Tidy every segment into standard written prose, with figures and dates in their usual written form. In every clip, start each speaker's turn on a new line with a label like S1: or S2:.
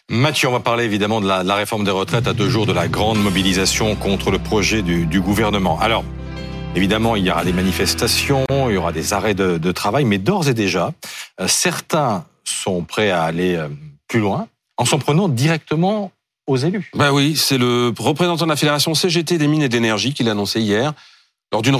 S1: Mathieu, on va parler évidemment de la réforme des retraites à 2 jours de la grande mobilisation contre le projet du gouvernement. Alors, évidemment, il y aura des manifestations, il y aura des arrêts de travail, mais d'ores et déjà, certains sont prêts à aller plus loin en s'en prenant directement aux élus.
S2: Bah oui, c'est le représentant de la Fédération CGT des mines et de l'énergie qui l'a annoncé hier. Lors d'une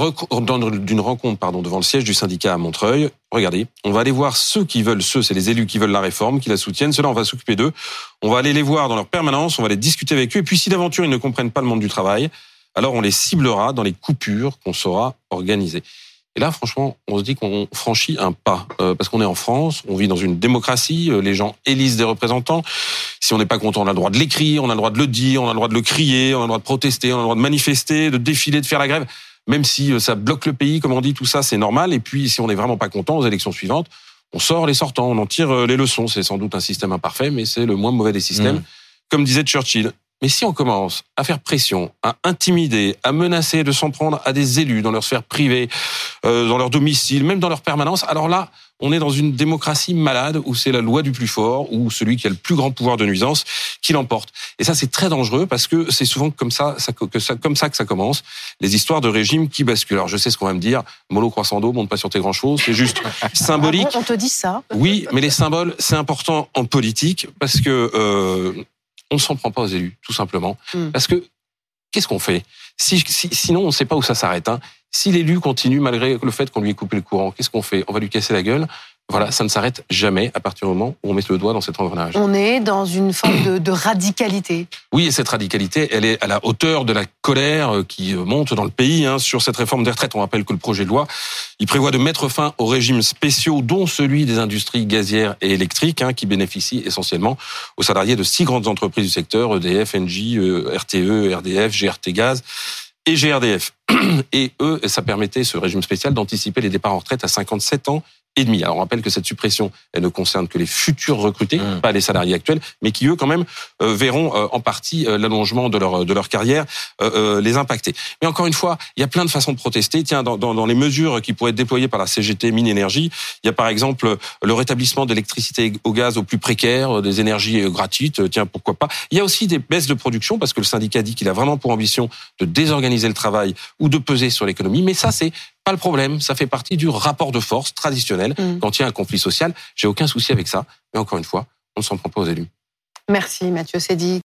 S2: rencontre devant le siège du syndicat à Montreuil. Regardez, on va aller voir c'est les élus qui veulent la réforme, qui la soutiennent. Ceux-là, on va s'occuper d'eux. On va aller les voir dans leur permanence, on va aller discuter avec eux. Et puis, si d'aventure, ils ne comprennent pas le monde du travail, alors on les ciblera dans les coupures qu'on saura organiser. Et là, franchement, on se dit qu'on franchit un pas. Parce qu'on est en France, on vit dans une démocratie, les gens élisent des représentants. Si on n'est pas content, on a le droit de l'écrire, on a le droit de le dire, on a le droit de le crier, on a le droit de protester, on a le droit de manifester, de défiler, de faire la grève. Même si ça bloque le pays, comme on dit, tout ça, c'est normal. Et puis, si on n'est vraiment pas content aux élections suivantes, on sort les sortants, on en tire les leçons. C'est sans doute un système imparfait, mais c'est le moins mauvais des systèmes. Comme disait Churchill. Mais si on commence à faire pression, à intimider, à menacer de s'en prendre à des élus dans leur sphère privée, dans leur domicile, même dans leur permanence, alors là, on est dans une démocratie malade où c'est la loi du plus fort, où celui qui a le plus grand pouvoir de nuisance qui l'emporte. Et ça, c'est très dangereux parce que c'est souvent comme ça que ça commence. Les histoires de régimes qui basculent. Alors, je sais ce qu'on va me dire. Mollo croissant d'eau, monte pas sur tes grands choses. C'est juste symbolique.
S3: On te dit ça? Oui,
S2: mais les symboles, c'est important en politique parce que on s'en prend pas aux élus, tout simplement. Parce que qu'est-ce qu'on fait? Sinon, on ne sait pas où ça s'arrête. Si l'élu continue malgré le fait qu'on lui ait coupé le courant, qu'est-ce qu'on fait? On va lui casser la gueule. Voilà, ça ne s'arrête jamais à partir du moment où on met le doigt dans cet engrenage.
S3: On est dans une forme de radicalité.
S2: Oui, et cette radicalité, elle est à la hauteur de la colère qui monte dans le pays sur cette réforme des retraites. On rappelle que le projet de loi, il prévoit de mettre fin aux régimes spéciaux, dont celui des industries gazières et électriques, qui bénéficient essentiellement aux salariés de 6 grandes entreprises du secteur, EDF, Engie, RTE, RDF, GRT Gaz et GRDF. Et eux, ça permettait, ce régime spécial, d'anticiper les départs en retraite à 57 ans et demi. Alors on rappelle que cette suppression, elle ne concerne que les futurs recrutés, pas les salariés actuels, mais qui eux quand même verront en partie l'allongement de leur carrière les impacter. Mais encore une fois, il y a plein de façons de protester. Tiens, dans les mesures qui pourraient être déployées par la CGT Mines Énergie, il y a par exemple le rétablissement d'électricité au gaz aux plus précaires, des énergies gratuites. Tiens, pourquoi pas. Il y a aussi des baisses de production parce que le syndicat dit qu'il a vraiment pour ambition de désorganiser le travail ou de peser sur l'économie. Mais ça, c'est pas le problème, ça fait partie du rapport de force traditionnel. Quand il y a un conflit social, j'ai aucun souci avec ça. Mais encore une fois, on ne s'en prend pas aux élus.
S3: Merci Mathieu Chédid.